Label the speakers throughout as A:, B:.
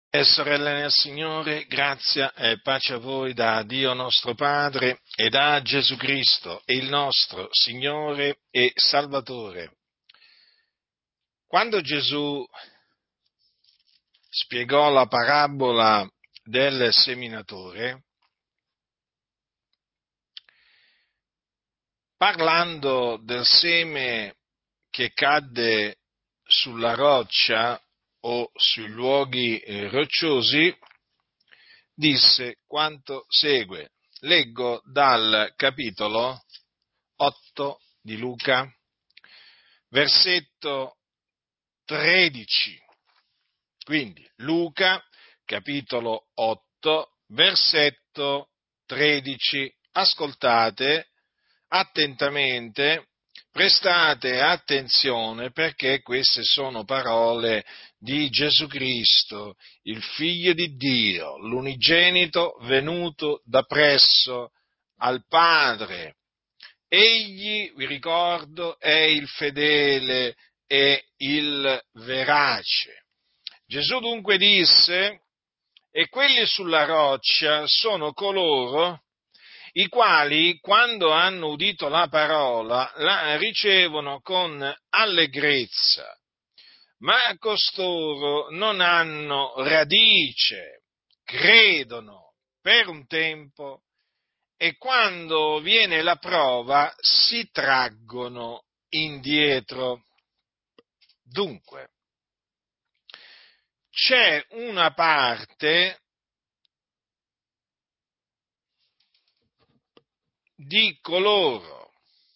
A: E sorelle nel Signore, grazia e pace a voi da Dio nostro Padre e da Gesù Cristo, il nostro Signore e Salvatore. Quando Gesù spiegò la parabola del seminatore, parlando del seme che cadde sulla roccia o sui luoghi rocciosi, disse quanto segue. Leggo dal capitolo 8 di Luca, versetto 13. Quindi Luca, capitolo 8, versetto 13. Ascoltate attentamente, prestate attenzione perché queste sono parole di Gesù Cristo, il Figlio di Dio, l'unigenito venuto da presso al Padre. Egli, vi ricordo, è il fedele e il verace. Gesù dunque disse: e quelli sulla roccia sono coloro i quali, quando hanno udito la parola, la ricevono con allegrezza, ma costoro non hanno radice, credono per un tempo e quando viene la prova si traggono indietro. Dunque, c'è una parte di coloro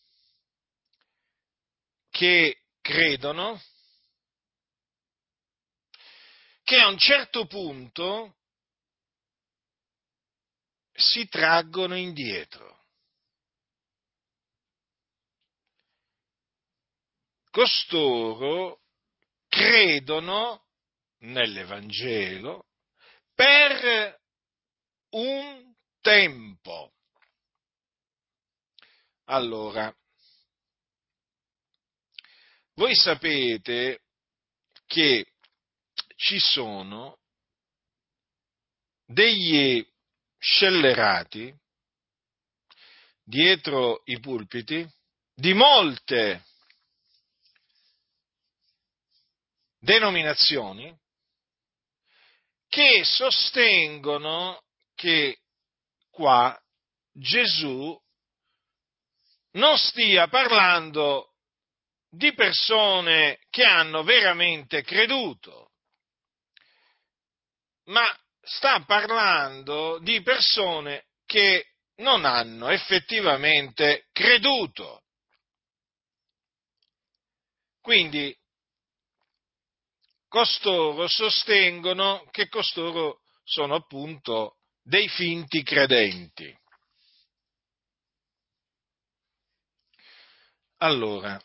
A: che credono, che a un certo punto si traggono indietro. Costoro credono nell'Evangelo per un tempo. Allora, voi sapete che ci sono degli scellerati dietro i pulpiti di molte denominazioni che sostengono che qua Gesù non stia parlando di persone che hanno veramente creduto, ma sta parlando di persone che non hanno effettivamente creduto. Quindi costoro sostengono che costoro sono appunto dei finti credenti. Allora,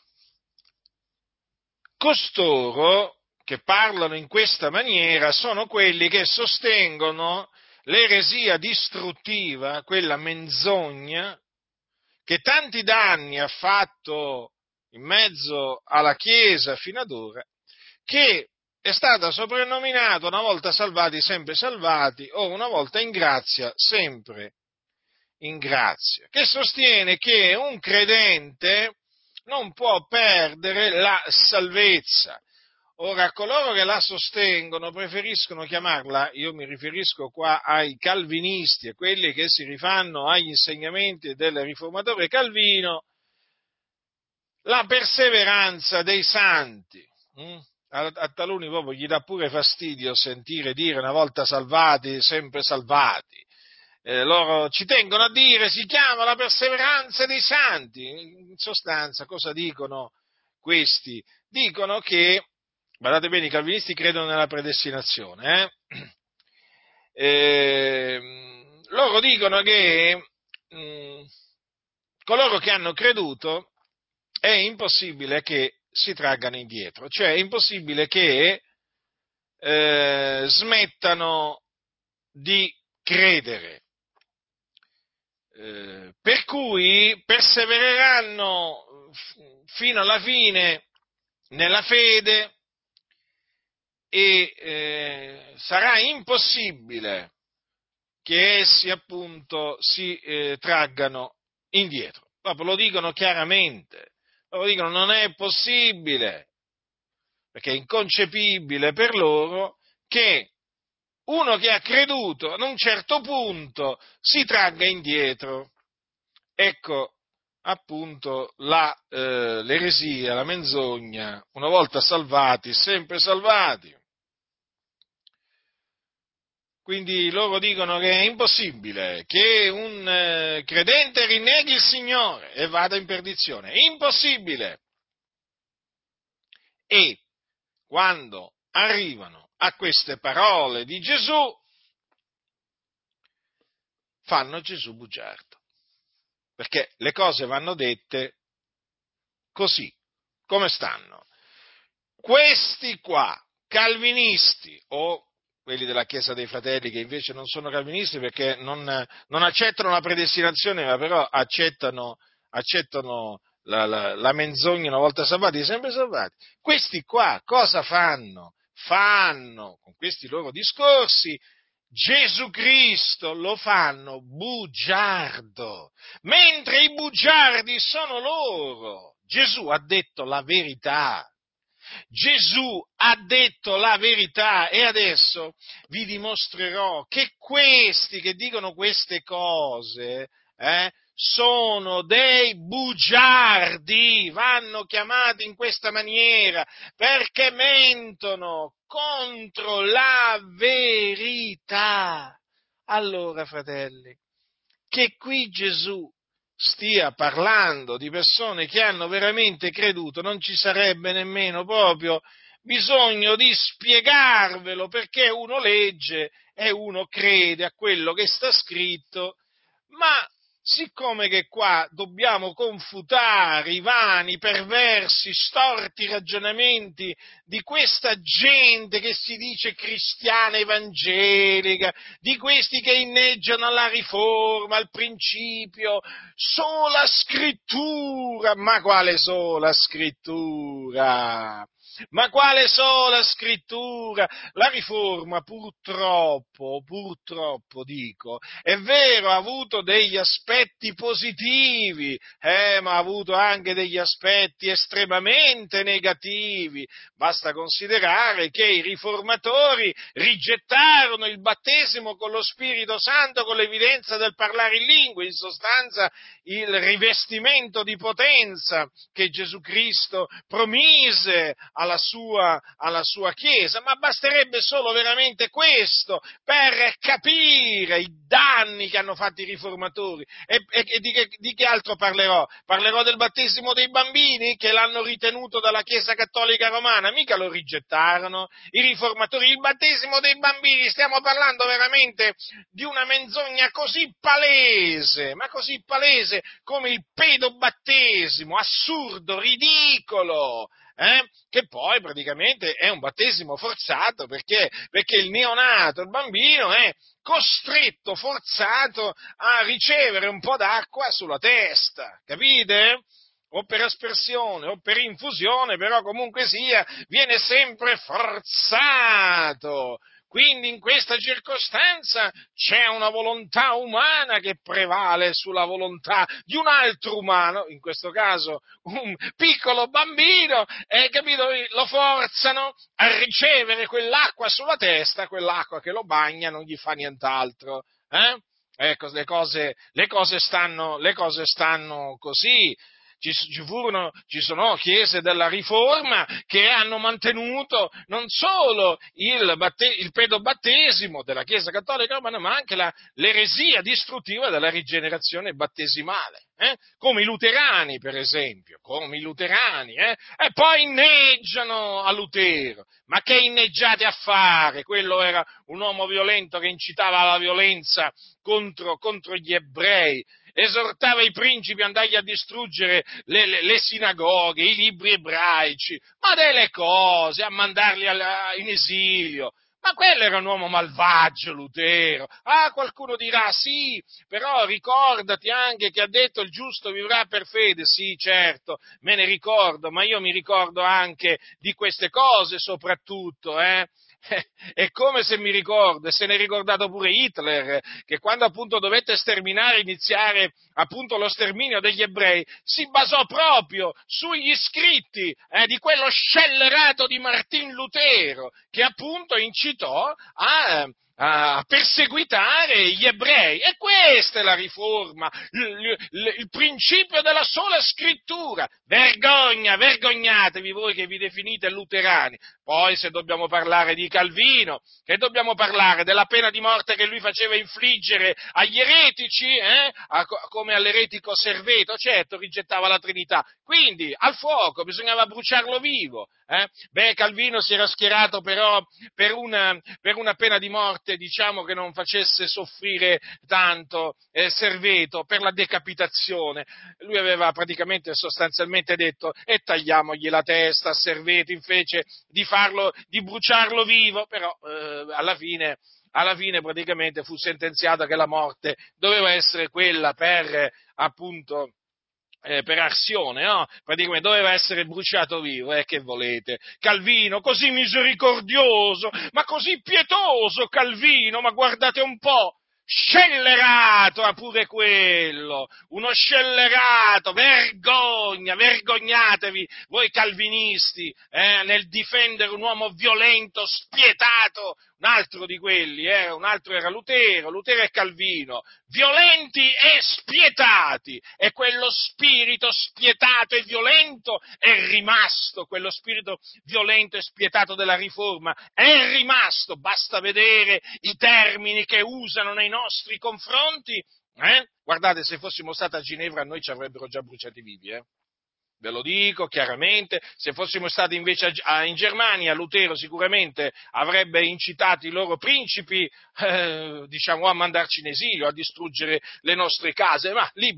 A: costoro che parlano in questa maniera sono quelli che sostengono l'eresia distruttiva, quella menzogna che tanti danni ha fatto in mezzo alla Chiesa fino ad ora, che è stata soprannominata una volta salvati, sempre salvati, o una volta in grazia, sempre in grazia, che sostiene che un credente non può perdere la salvezza. Ora, coloro che la sostengono preferiscono chiamarla, io mi riferisco qua ai calvinisti, a quelli che si rifanno agli insegnamenti del riformatore Calvino, la perseveranza dei santi. A taluni proprio gli dà pure fastidio sentire dire una volta salvati, sempre salvati. Loro ci tengono a dire, si chiama la perseveranza dei santi. In sostanza, cosa dicono questi? Dicono che, guardate bene, i calvinisti credono nella predestinazione. Loro dicono che coloro che hanno creduto è impossibile che si traggano indietro, cioè è impossibile che smettano di credere. Per cui persevereranno fino alla fine nella fede e sarà impossibile che essi appunto si traggano indietro. Proprio lo dicono chiaramente, lo dicono, non è possibile, perché è inconcepibile per loro che uno che ha creduto ad un certo punto si tragga indietro. Ecco appunto l'eresia, la menzogna, una volta salvati, sempre salvati. Quindi loro dicono che è impossibile che un credente rinneghi il Signore e vada in perdizione. È impossibile. E quando arrivano a queste parole di Gesù, fanno Gesù bugiardo. Perché le cose vanno dette così, come stanno. Questi qua, calvinisti o quelli della Chiesa dei Fratelli che invece non sono calvinisti perché non accettano la predestinazione, ma però accettano la menzogna una volta salvati, sempre salvati. Questi qua cosa fanno? Fanno, con questi loro discorsi, Gesù Cristo lo fanno bugiardo, mentre i bugiardi sono loro. Gesù ha detto la verità. Gesù ha detto la verità e adesso vi dimostrerò che questi che dicono queste cose sono dei bugiardi, vanno chiamati in questa maniera perché mentono contro la verità. Allora, fratelli, che qui Gesù stia parlando di persone che hanno veramente creduto, non ci sarebbe nemmeno proprio bisogno di spiegarvelo, perché uno legge e uno crede a quello che sta scritto, ma siccome che qua dobbiamo confutare i vani, perversi, storti ragionamenti di questa gente che si dice cristiana evangelica, di questi che inneggiano alla riforma, al principio, sola scrittura, ma quale sola scrittura? Ma quale sola scrittura? La riforma purtroppo dico, è vero, ha avuto degli aspetti positivi, ma ha avuto anche degli aspetti estremamente negativi. Basta considerare che i riformatori rigettarono il battesimo con lo Spirito Santo con l'evidenza del parlare in lingue, in sostanza il rivestimento di potenza che Gesù Cristo promise alla sua Chiesa, ma basterebbe solo veramente questo per capire i danni che hanno fatto i riformatori. E di che altro parlerò? Parlerò del battesimo dei bambini che l'hanno ritenuto dalla Chiesa Cattolica Romana, mica lo rigettarono i riformatori. Il battesimo dei bambini, stiamo parlando veramente di una menzogna così palese, ma così palese come il pedobattesimo, assurdo, ridicolo, che poi praticamente è un battesimo forzato perché il neonato, il bambino, è costretto, forzato a ricevere un po' d'acqua sulla testa, capite? O per aspersione o per infusione, però comunque sia, viene sempre forzato. Quindi in questa circostanza c'è una volontà umana che prevale sulla volontà di un altro umano, in questo caso un piccolo bambino, e capito, lo forzano a ricevere quell'acqua sulla testa, quell'acqua che lo bagna, non gli fa nient'altro. Ecco, le cose stanno così. Ci sono chiese della Riforma che hanno mantenuto non solo il pedobattesimo della Chiesa Cattolica Romana, ma anche l'eresia distruttiva della rigenerazione battesimale, come i luterani, per esempio, e poi inneggiano a Lutero. Ma che inneggiate a fare? Quello era un uomo violento che incitava alla violenza contro gli ebrei, esortava i principi ad andargli a distruggere le sinagoghe, i libri ebraici, ma delle cose, a mandarli in esilio. Ma quello era un uomo malvagio, Lutero. Ah, qualcuno dirà, sì, però ricordati anche che ha detto il giusto vivrà per fede. Sì, certo, me ne ricordo, ma io mi ricordo anche di queste cose soprattutto, È come se mi ricordo, e se ne è ricordato pure Hitler, che quando appunto dovette iniziare appunto lo sterminio degli ebrei, si basò proprio sugli scritti di quello scellerato di Martin Lutero, che appunto incitò a perseguitare gli ebrei. E questa è la riforma, il principio della sola scrittura. Vergogna, vergognatevi voi che vi definite luterani. Poi se dobbiamo parlare di Calvino, che dobbiamo parlare della pena di morte che lui faceva infliggere agli eretici, come all'eretico Serveto, certo, rigettava la Trinità, quindi al fuoco bisognava bruciarlo vivo. Calvino si era schierato però per una pena di morte, diciamo, che non facesse soffrire tanto Serveto, per la decapitazione. Lui aveva praticamente sostanzialmente detto: e tagliamogli la testa a Serveto invece di bruciarlo vivo, però alla fine praticamente fu sentenziato che la morte doveva essere quella appunto, per arsione, no? Praticamente doveva essere bruciato vivo, che volete? Calvino, così misericordioso, ma così pietoso Calvino, ma guardate un po', scellerato pure quello, uno scellerato, vergogna, vergognatevi voi calvinisti, nel difendere un uomo violento, spietato, un altro di quelli, un altro era Lutero e Calvino, violenti e spietati, e quello spirito spietato e violento è rimasto, quello spirito violento e spietato della Riforma è rimasto, basta vedere i termini che usano nei nostri confronti, Guardate, se fossimo stati a Ginevra noi ci avrebbero già bruciati vivi, Ve lo dico chiaramente, se fossimo stati invece in Germania, Lutero sicuramente avrebbe incitato i loro principi, a mandarci in esilio, a distruggere le nostre case, ma lì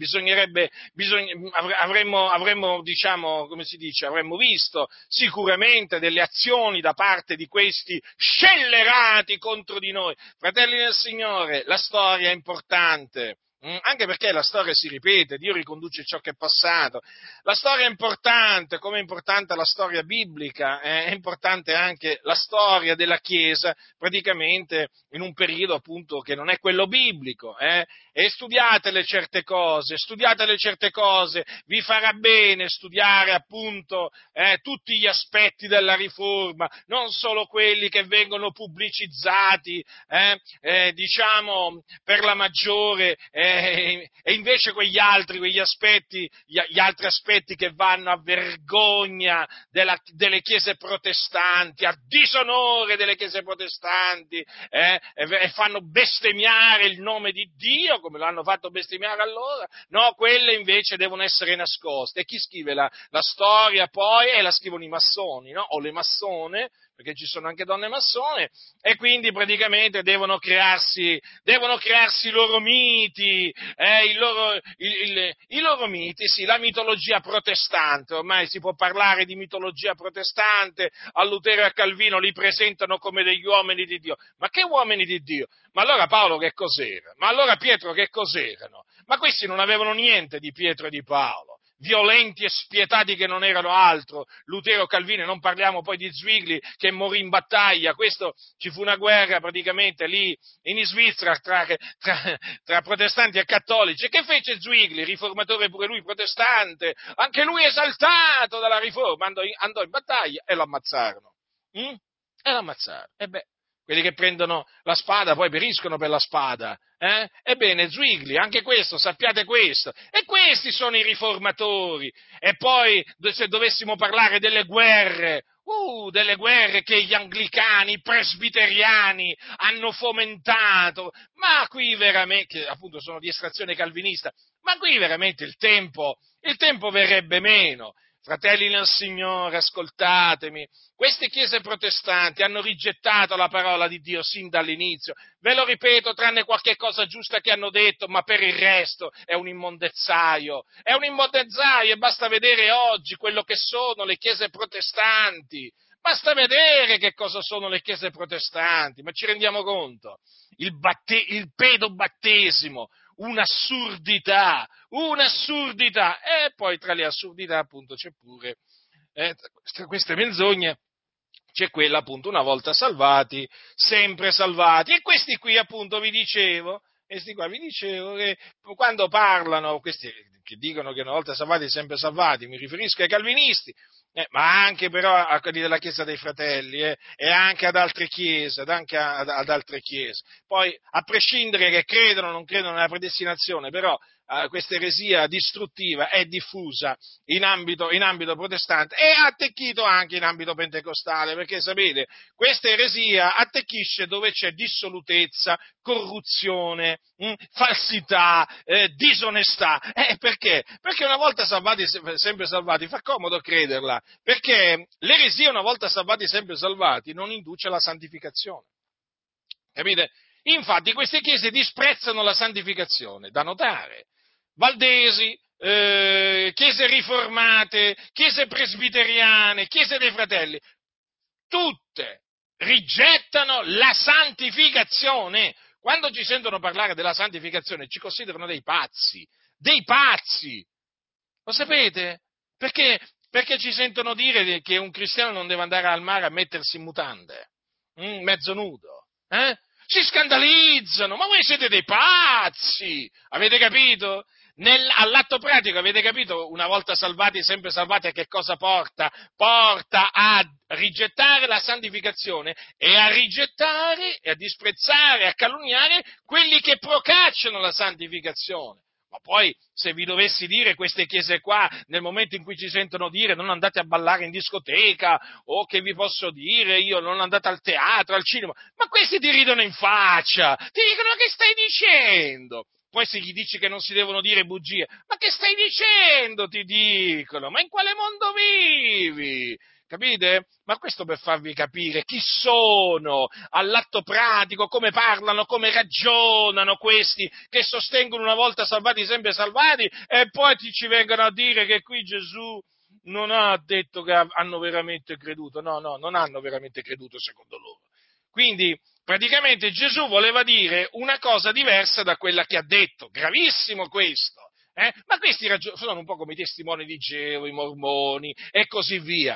A: avremmo, come si dice, avremmo visto sicuramente delle azioni da parte di questi scellerati contro di noi. Fratelli del Signore, la storia è importante. Anche perché la storia si ripete, Dio riconduce ciò che è passato. La storia è importante, come è importante la storia biblica, è importante anche la storia della Chiesa, praticamente in un periodo appunto che non è quello biblico, e studiatele certe cose, vi farà bene studiare appunto tutti gli aspetti della Riforma, non solo quelli che vengono pubblicizzati, per la maggiore, e invece gli altri aspetti che vanno a vergogna delle chiese protestanti, a disonore delle chiese protestanti, e fanno bestemmiare il nome di Dio, come lo hanno fatto bestemmiare allora. No, quelle invece devono essere nascoste. E chi scrive la storia poi? La scrivono i massoni, no? O le massone, perché ci sono anche donne massone, e quindi praticamente devono crearsi i loro miti, i loro miti, sì, la mitologia protestante. Ormai si può parlare di mitologia protestante, a Lutero e a Calvino li presentano come degli uomini di Dio. Ma che uomini di Dio? Ma allora Paolo che cos'era? Ma allora Pietro che cos'erano? Ma questi non avevano niente di Pietro e di Paolo, violenti e spietati che non erano altro, Lutero, Calvino, non parliamo poi di Zwingli che morì in battaglia. Ci fu una guerra praticamente lì in Svizzera tra protestanti e cattolici. E che fece Zwingli, riformatore pure lui, protestante, anche lui esaltato dalla riforma, andò in battaglia e lo ammazzarono. E lo ammazzarono. E beh, quelli che prendono la spada poi periscono per la spada. Ebbene, Zwingli, anche questo, sappiate questo. E questi sono i riformatori. E poi, se dovessimo parlare delle guerre che gli anglicani, i presbiteriani hanno fomentato, ma qui veramente, che appunto sono di estrazione calvinista, ma qui veramente il tempo verrebbe meno. Fratelli nel Signore, ascoltatemi, queste chiese protestanti hanno rigettato la parola di Dio sin dall'inizio, ve lo ripeto, tranne qualche cosa giusta che hanno detto, ma per il resto è un immondezzaio, e basta vedere oggi quello che sono le chiese protestanti. Basta vedere che cosa sono le chiese protestanti, ma ci rendiamo conto? Il pedobattesimo, un'assurdità, e poi tra le assurdità appunto c'è pure queste menzogne, c'è quella appunto una volta salvati, sempre salvati, e questi qui appunto questi qua vi dicevo che quando parlano, questi che dicono che una volta salvati, sempre salvati, mi riferisco ai calvinisti, ma anche però a quelli della Chiesa dei Fratelli, e anche ad altre chiese, ad altre chiese. Poi, a prescindere che credono o non credono nella predestinazione, però questa eresia distruttiva è diffusa in ambito protestante e ha attecchito anche in ambito pentecostale, perché sapete, questa eresia attecchisce dove c'è dissolutezza, corruzione, falsità, disonestà. Perché? Perché una volta salvati, sempre salvati, fa comodo crederla, perché l'eresia una volta salvati, sempre salvati, non induce alla santificazione. Capite? Infatti queste chiese disprezzano la santificazione, da notare. Valdesi, chiese riformate, chiese presbiteriane, chiese dei fratelli, tutte rigettano la santificazione. Quando ci sentono parlare della santificazione ci considerano dei pazzi, dei pazzi. Lo sapete? Perché ci sentono dire che un cristiano non deve andare al mare a mettersi in mutande, mezzo nudo, eh? Si scandalizzano, ma voi siete dei pazzi, avete capito? All'atto pratico, avete capito, una volta salvati, sempre salvati, a che cosa porta? Porta a rigettare la santificazione e a rigettare, e a disprezzare, a calunniare quelli che procacciano la santificazione. Ma poi, se vi dovessi dire queste chiese qua, nel momento in cui ci sentono dire non andate a ballare in discoteca, o che vi posso dire io non andate al teatro, al cinema, ma questi ti ridono in faccia, ti dicono che stai dicendo? Poi se gli dici che non si devono dire bugie, ma che stai dicendo, ti dicono, ma in quale mondo vivi? Capite? Ma questo per farvi capire chi sono all'atto pratico, come parlano, come ragionano questi che sostengono una volta salvati, sempre salvati, e poi ti ci vengono a dire che qui Gesù non ha detto che hanno veramente creduto. No, non hanno veramente creduto secondo loro. Quindi, praticamente Gesù voleva dire una cosa diversa da quella che ha detto. Gravissimo questo. Ma questi sono un po' come i testimoni di Geova, i mormoni e così via.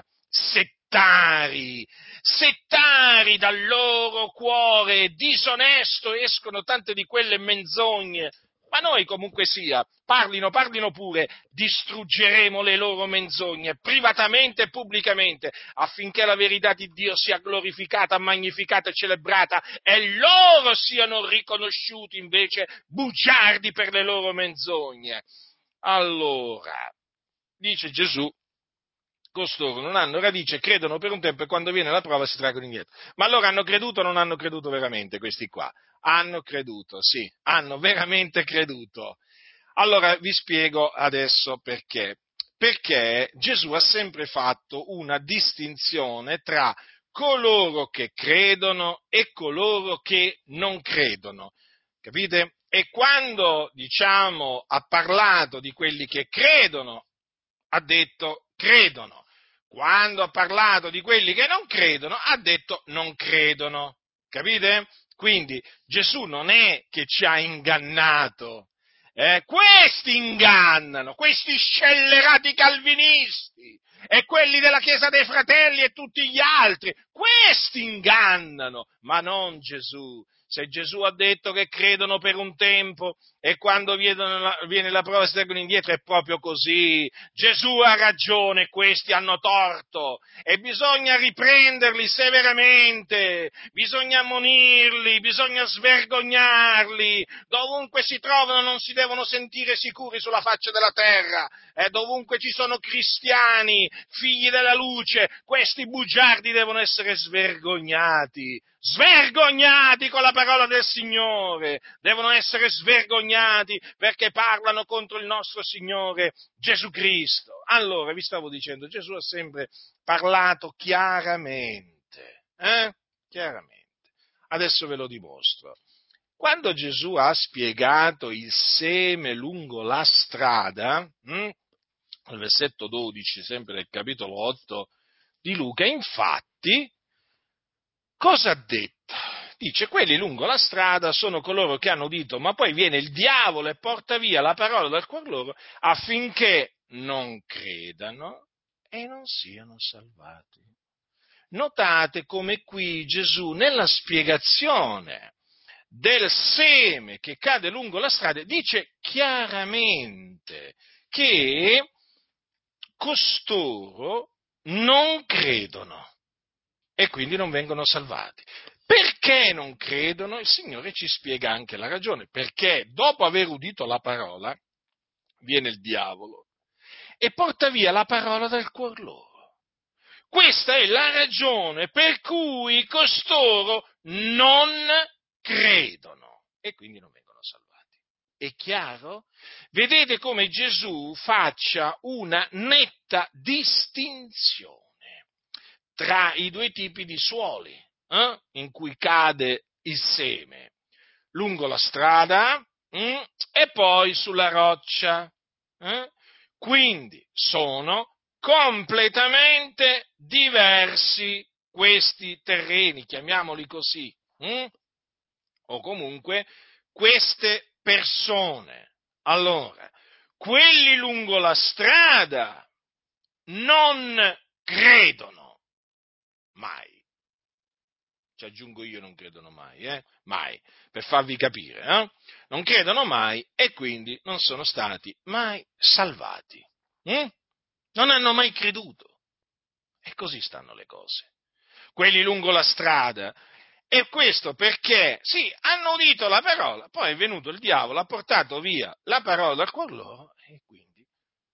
A: Settari, dal loro cuore disonesto escono tante di quelle menzogne. Ma noi comunque sia, parlino pure, distruggeremo le loro menzogne, privatamente e pubblicamente, affinché la verità di Dio sia glorificata, magnificata e celebrata, e loro siano riconosciuti invece bugiardi per le loro menzogne. Allora, dice Gesù, costoro non hanno radice, credono per un tempo e quando viene la prova si traggono indietro. Ma allora hanno creduto o non hanno creduto veramente questi qua? Hanno creduto, sì, hanno veramente creduto. Allora vi spiego adesso perché. Perché Gesù ha sempre fatto una distinzione tra coloro che credono e coloro che non credono. Capite? E quando, ha parlato di quelli che credono, ha detto credono. Quando ha parlato di quelli che non credono, ha detto non credono. Capite? Quindi Gesù non è che ci ha ingannato. Questi ingannano, questi scellerati calvinisti e quelli della Chiesa dei Fratelli e tutti gli altri, questi ingannano, ma non Gesù. Se Gesù ha detto che credono per un tempo e quando viene la prova si tengono indietro, è proprio così. Gesù ha ragione, questi hanno torto e bisogna riprenderli severamente, bisogna ammonirli, bisogna svergognarli. Dovunque si trovano non si devono sentire sicuri sulla faccia della terra. Dovunque ci sono cristiani, figli della luce, questi bugiardi devono essere svergognati con la parola del Signore, devono essere svergognati perché parlano contro il nostro Signore Gesù Cristo. Allora, vi stavo dicendo, Gesù ha sempre parlato chiaramente, chiaramente. Adesso ve lo dimostro. Quando Gesù ha spiegato il seme lungo la strada, al versetto 12, sempre del capitolo 8 di Luca, infatti, infatti, cosa ha detto? Dice, quelli lungo la strada sono coloro che hanno udito, ma poi viene il diavolo e porta via la parola dal cuor loro affinché non credano e non siano salvati. Notate come qui Gesù, nella spiegazione del seme che cade lungo la strada, dice chiaramente che costoro non credono e quindi non vengono salvati. Perché non credono? Il Signore ci spiega anche la ragione, perché dopo aver udito la parola viene il diavolo e porta via la parola dal cuor loro. Questa è la ragione per cui costoro non credono e quindi non vengono salvati. È chiaro? Vedete come Gesù faccia una netta distinzione tra i due tipi di suoli in cui cade il seme, lungo la strada e poi sulla roccia. Quindi sono completamente diversi questi terreni, chiamiamoli così, o comunque queste persone. Allora, quelli lungo la strada non credono mai. Ci aggiungo io, non credono mai, mai, per farvi capire, non credono mai e quindi non sono stati mai salvati. Non hanno mai creduto. E così stanno le cose. Quelli lungo la strada. E questo perché, sì, hanno udito la parola, poi è venuto il diavolo, ha portato via la parola dal cuor loro, e quindi.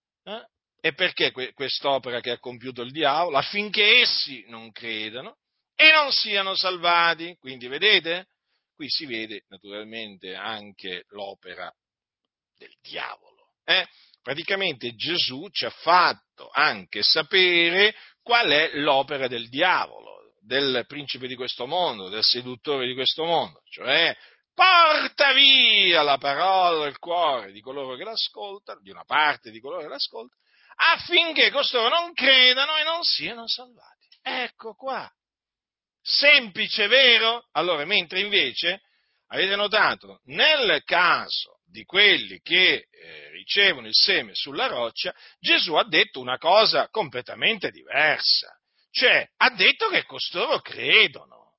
A: E perché quest'opera che ha compiuto il diavolo? Affinché essi non credano e non siano salvati. Quindi, vedete? Qui si vede naturalmente anche l'opera del diavolo. Praticamente Gesù ci ha fatto anche sapere qual è l'opera del diavolo, del principe di questo mondo, del seduttore di questo mondo, cioè porta via la parola del cuore di coloro che l'ascoltano, di una parte di coloro che l'ascoltano, affinché costoro non credano e non siano salvati. Ecco qua. Semplice, vero? Allora, mentre invece, avete notato, nel caso di quelli che ricevono il seme sulla roccia, Gesù ha detto una cosa completamente diversa. Cioè, ha detto che costoro credono.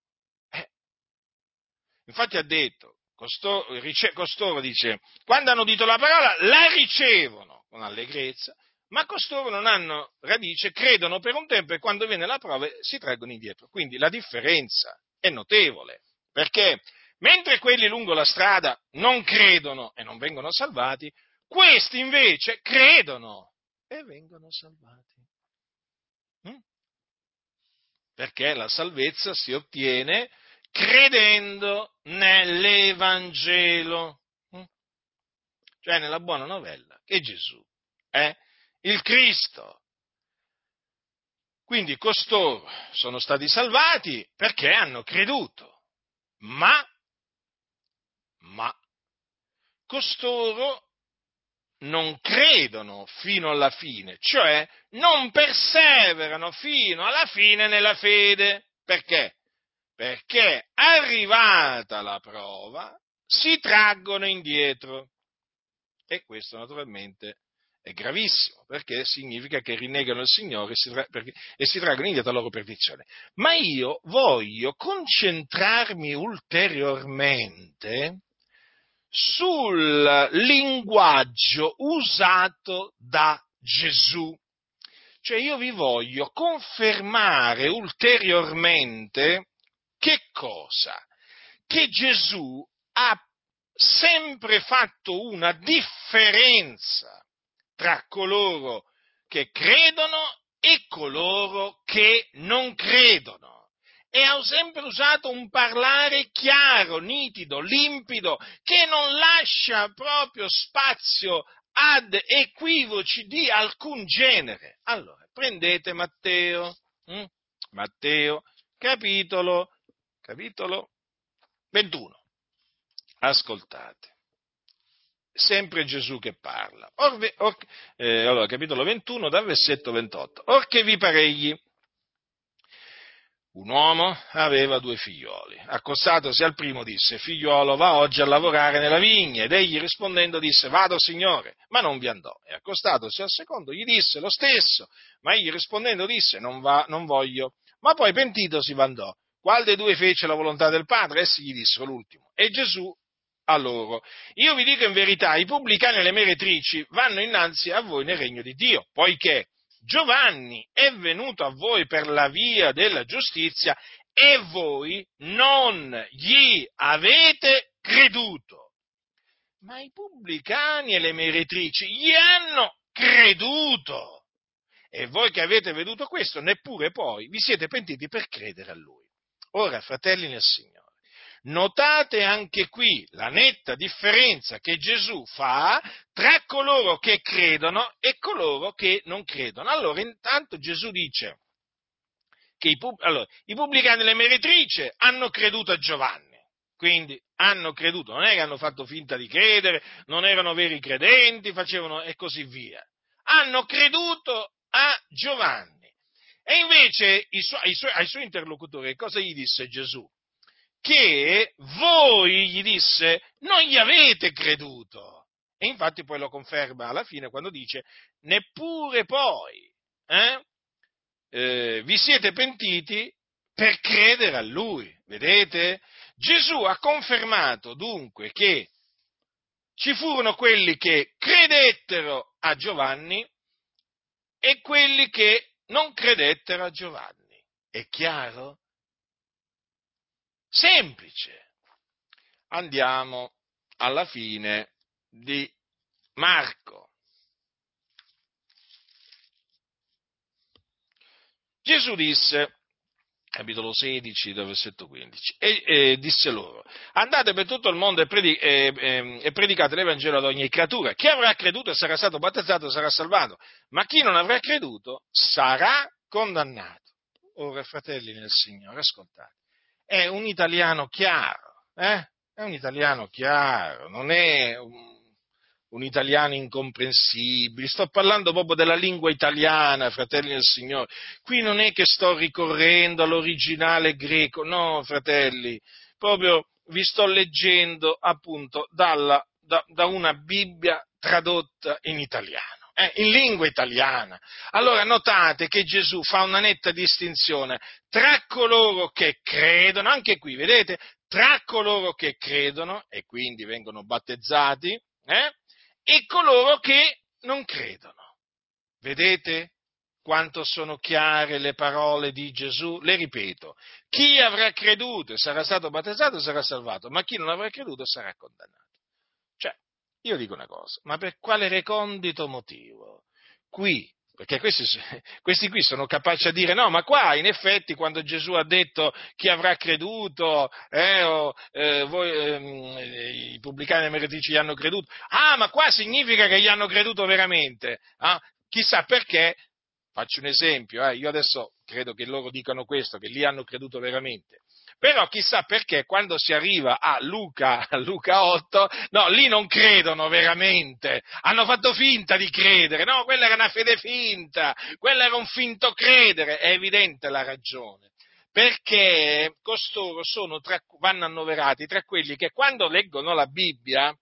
A: Infatti ha detto, costoro dice, quando hanno udito la parola, la ricevono con allegrezza, ma costoro non hanno radice, credono per un tempo e quando viene la prova si traggono indietro. Quindi la differenza è notevole, perché mentre quelli lungo la strada non credono e non vengono salvati, questi invece credono e vengono salvati. Perché la salvezza si ottiene credendo nell'Evangelo, cioè nella buona novella che Gesù è il Cristo. Quindi costoro sono stati salvati perché hanno creduto, ma costoro non credono fino alla fine, cioè non perseverano fino alla fine nella fede. Perché? Perché arrivata la prova si traggono indietro. E questo naturalmente è gravissimo, perché significa che rinnegano il Signore e si traggono indietro la loro perdizione. Ma io voglio concentrarmi ulteriormente sul linguaggio usato da Gesù. Cioè io vi voglio confermare ulteriormente che cosa? Che Gesù ha sempre fatto una differenza tra coloro che credono e coloro che non credono. E ha sempre usato un parlare chiaro, nitido, limpido, che non lascia proprio spazio ad equivoci di alcun genere. Allora, prendete Matteo, Matteo, capitolo 21. Ascoltate. Sempre Gesù che parla. Allora, capitolo 21, dal versetto 28. Or che vi paregli Un uomo aveva 2 figlioli. Accostatosi al primo disse: figliuolo, va oggi a lavorare nella vigna. Ed egli rispondendo disse: vado, signore, ma non vi andò. E accostatosi al secondo gli disse lo stesso, ma egli rispondendo disse: non va, non voglio. Ma poi pentitosi andò. Qual dei 2 fece la volontà del padre? Essi gli dissero l'ultimo. E Gesù a loro: io vi dico in verità, i pubblicani e le meretrici vanno innanzi a voi nel regno di Dio, poiché Giovanni è venuto a voi per la via della giustizia e voi non gli avete creduto. Ma i pubblicani e le meretrici gli hanno creduto. E voi che avete veduto questo, neppure poi vi siete pentiti per credere a lui. Ora, fratelli nel Signore, notate anche qui la netta differenza che Gesù fa tra coloro che credono e coloro che non credono. Allora, intanto Gesù dice che i pubblicani e le meretrici hanno creduto a Giovanni, quindi hanno creduto, non è che hanno fatto finta di credere, non erano veri credenti, facevano e così via. Hanno creduto a Giovanni. E invece ai suoi interlocutori cosa gli disse Gesù? Che voi, gli disse, non gli avete creduto. E infatti poi lo conferma alla fine quando dice, neppure poi vi siete pentiti per credere a lui. Vedete? Gesù ha confermato dunque che ci furono quelli che credettero a Giovanni e quelli che non credettero a Giovanni. È chiaro? Semplice. Andiamo alla fine di Marco. Gesù disse, capitolo 16, versetto 15, e disse loro: andate per tutto il mondo e predicate l'Evangelo ad ogni creatura. Chi avrà creduto e sarà stato battezzato sarà salvato, ma chi non avrà creduto sarà condannato. Ora, fratelli nel Signore, ascoltate, è un italiano chiaro, È un italiano chiaro, non è un italiano incomprensibile, sto parlando proprio della lingua italiana, fratelli del Signore. Qui non è che sto ricorrendo all'originale greco, no, fratelli, proprio vi sto leggendo appunto da una Bibbia tradotta in italiano. In lingua italiana. Allora notate che Gesù fa una netta distinzione tra coloro che credono, anche qui, vedete, tra coloro che credono e quindi vengono battezzati, e coloro che non credono. Vedete quanto sono chiare le parole di Gesù? Le ripeto, chi avrà creduto e sarà stato battezzato sarà salvato, ma chi non avrà creduto sarà condannato. Cioè, io dico una cosa, ma per quale recondito motivo? Qui, perché questi qui sono capaci a dire no, ma qua in effetti quando Gesù ha detto chi avrà creduto, i pubblicani e i meretrici gli hanno creduto, ma qua significa che gli hanno creduto veramente, chissà perché. Faccio un esempio, io adesso credo che loro dicano questo, che lì hanno creduto veramente. Però chissà perché quando si arriva a Luca 8, no, lì non credono veramente, hanno fatto finta di credere, no, quella era una fede finta, quella era un finto credere, è evidente la ragione. Perché costoro vanno annoverati tra quelli che quando leggono la Bibbia,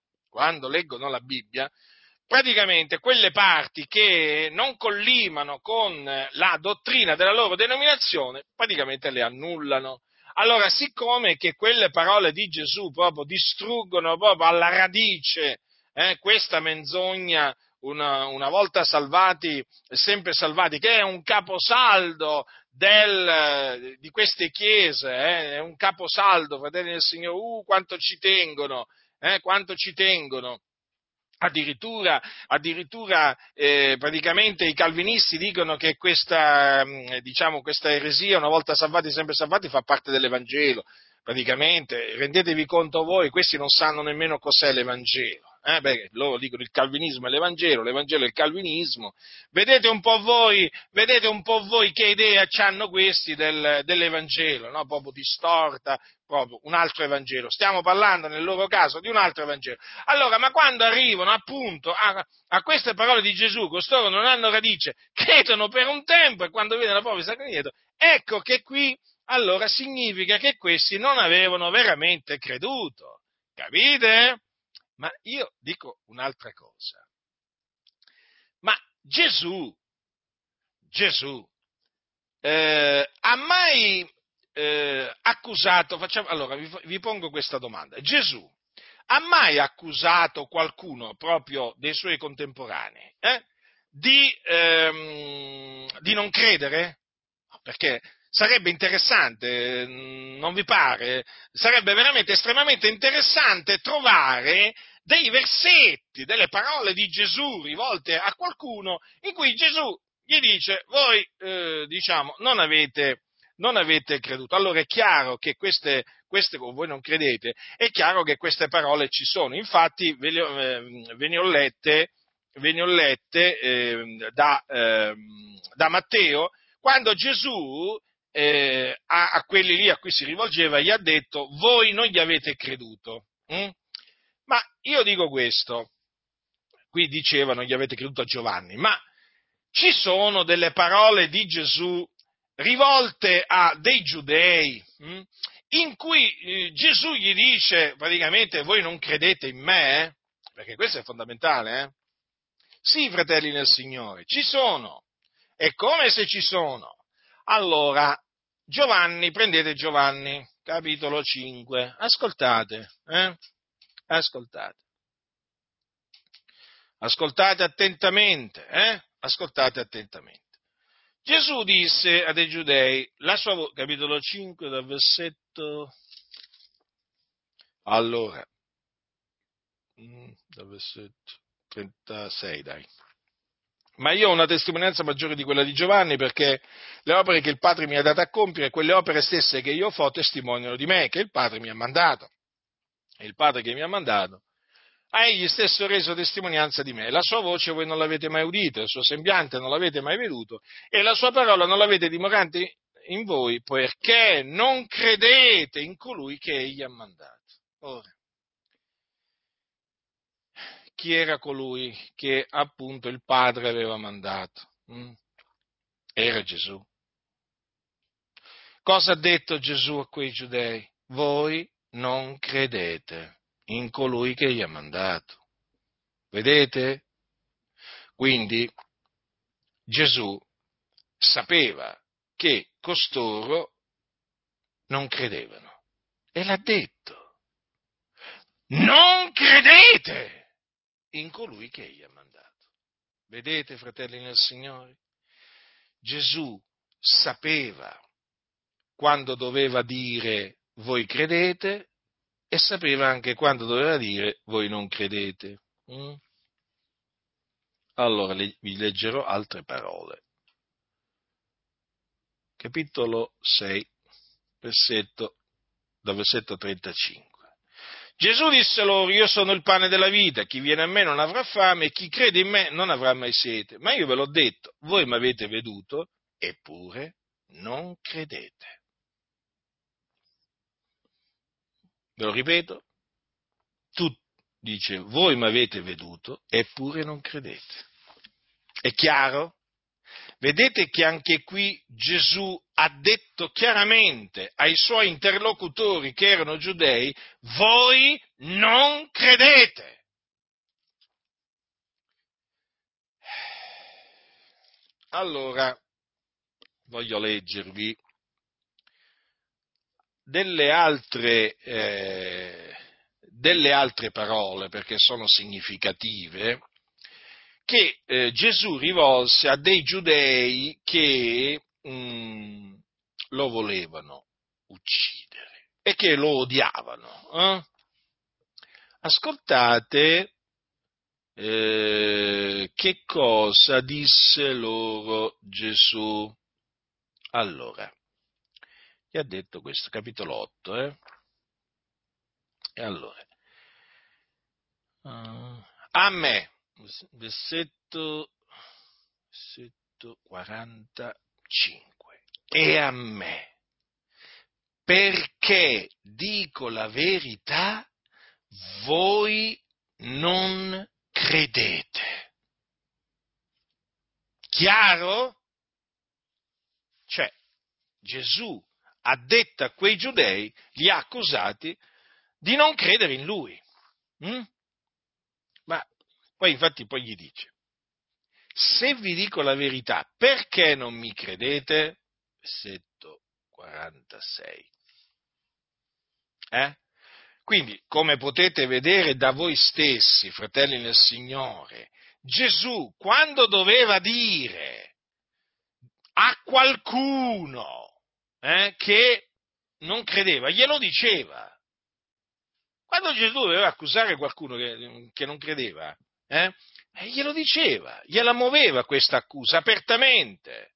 A: praticamente quelle parti che non collimano con la dottrina della loro denominazione, praticamente le annullano. Allora, siccome che quelle parole di Gesù proprio distruggono proprio alla radice questa menzogna, una volta salvati, sempre salvati, che è un caposaldo di queste chiese, è un caposaldo, fratelli del Signore, quanto ci tengono, quanto ci tengono. Addirittura praticamente i calvinisti dicono che questa eresia, una volta salvati sempre salvati, fa parte dell'Evangelo. Praticamente, rendetevi conto voi, questi non sanno nemmeno cos'è l'Evangelo. Loro dicono il calvinismo è l'Evangelo è il calvinismo. Vedete un po' voi che idea hanno questi dell'Evangelo, no? Proprio distorta, proprio un altro Evangelo. Stiamo parlando nel loro caso di un altro Evangelo. Allora, ma quando arrivano appunto a queste parole di Gesù, costoro non hanno radice, credono per un tempo e quando viene la prova di Sacro Nieto, ecco che qui allora significa che questi non avevano veramente creduto. Capite? Ma io dico un'altra cosa. Ma Gesù, ha mai accusato, allora vi pongo questa domanda, Gesù ha mai accusato qualcuno proprio dei suoi contemporanei di non credere? Perché sarebbe interessante, non vi pare? Sarebbe veramente estremamente interessante trovare dei versetti, delle parole di Gesù rivolte a qualcuno in cui Gesù gli dice, voi non avete creduto. Allora è chiaro che queste, voi non credete, è chiaro che queste parole ci sono. Infatti ve ne ho lette da Matteo, quando Gesù a quelli lì a cui si rivolgeva gli ha detto, voi non gli avete creduto. Ma io dico questo, qui diceva non gli avete creduto a Giovanni, ma ci sono delle parole di Gesù rivolte a dei giudei, in cui Gesù gli dice praticamente voi non credete in me? Perché questo è fondamentale, eh? Sì, fratelli nel Signore, ci sono, è come se ci sono. Allora, prendete Giovanni, capitolo 5, ascoltate. Ascoltate attentamente, ascoltate attentamente. Gesù disse a dei giudei, capitolo 5, dal versetto, allora, dal versetto 36, dai. Ma io ho una testimonianza maggiore di quella di Giovanni, perché le opere che il Padre mi ha dato a compiere, quelle opere stesse che io fo, testimoniano di me, che il Padre mi ha mandato. E il Padre che mi ha mandato ha egli stesso reso testimonianza di me. La sua voce voi non l'avete mai udita, il suo sembiante non l'avete mai veduto, e la sua parola non l'avete dimorante in voi, perché non credete in colui che egli ha mandato. Ora, chi era colui che appunto il Padre aveva mandato? Era Gesù. Cosa ha detto Gesù a quei giudei? Voi non credete in colui che gli ha mandato. Vedete? Quindi Gesù sapeva che costoro non credevano e l'ha detto. Non credete in colui che egli ha mandato. Vedete, fratelli nel Signore? Gesù sapeva quando doveva dire voi credete e sapeva anche quando doveva dire voi non credete. Allora vi leggerò altre parole. Capitolo 6, dal versetto 35. Gesù disse loro, io sono il pane della vita, chi viene a me non avrà fame e chi crede in me non avrà mai sete. Ma io ve l'ho detto, voi mi avete veduto, eppure non credete. Ve lo ripeto, dice, voi mi avete veduto, eppure non credete. È chiaro? Vedete che anche qui Gesù ha detto chiaramente ai suoi interlocutori che erano giudei, voi non credete. Allora, voglio leggervi delle altre parole perché sono significative che Gesù rivolse a dei giudei che lo volevano uccidere e che lo odiavano. Ascoltate che cosa disse loro Gesù. Allora, gli ha detto questo, capitolo 8, E allora, a me, versetto 45, e a me, perché dico la verità, voi non credete. Chiaro? Cioè, Gesù addetta a quei giudei, li ha accusati di non credere in lui. Ma poi infatti poi gli dice: se vi dico la verità, perché non mi credete? Versetto 46. Quindi, come potete vedere da voi stessi, fratelli nel Signore, Gesù, quando doveva dire a qualcuno che non credeva, glielo diceva. Quando Gesù doveva accusare qualcuno che non credeva, glielo diceva, gliela muoveva questa accusa apertamente.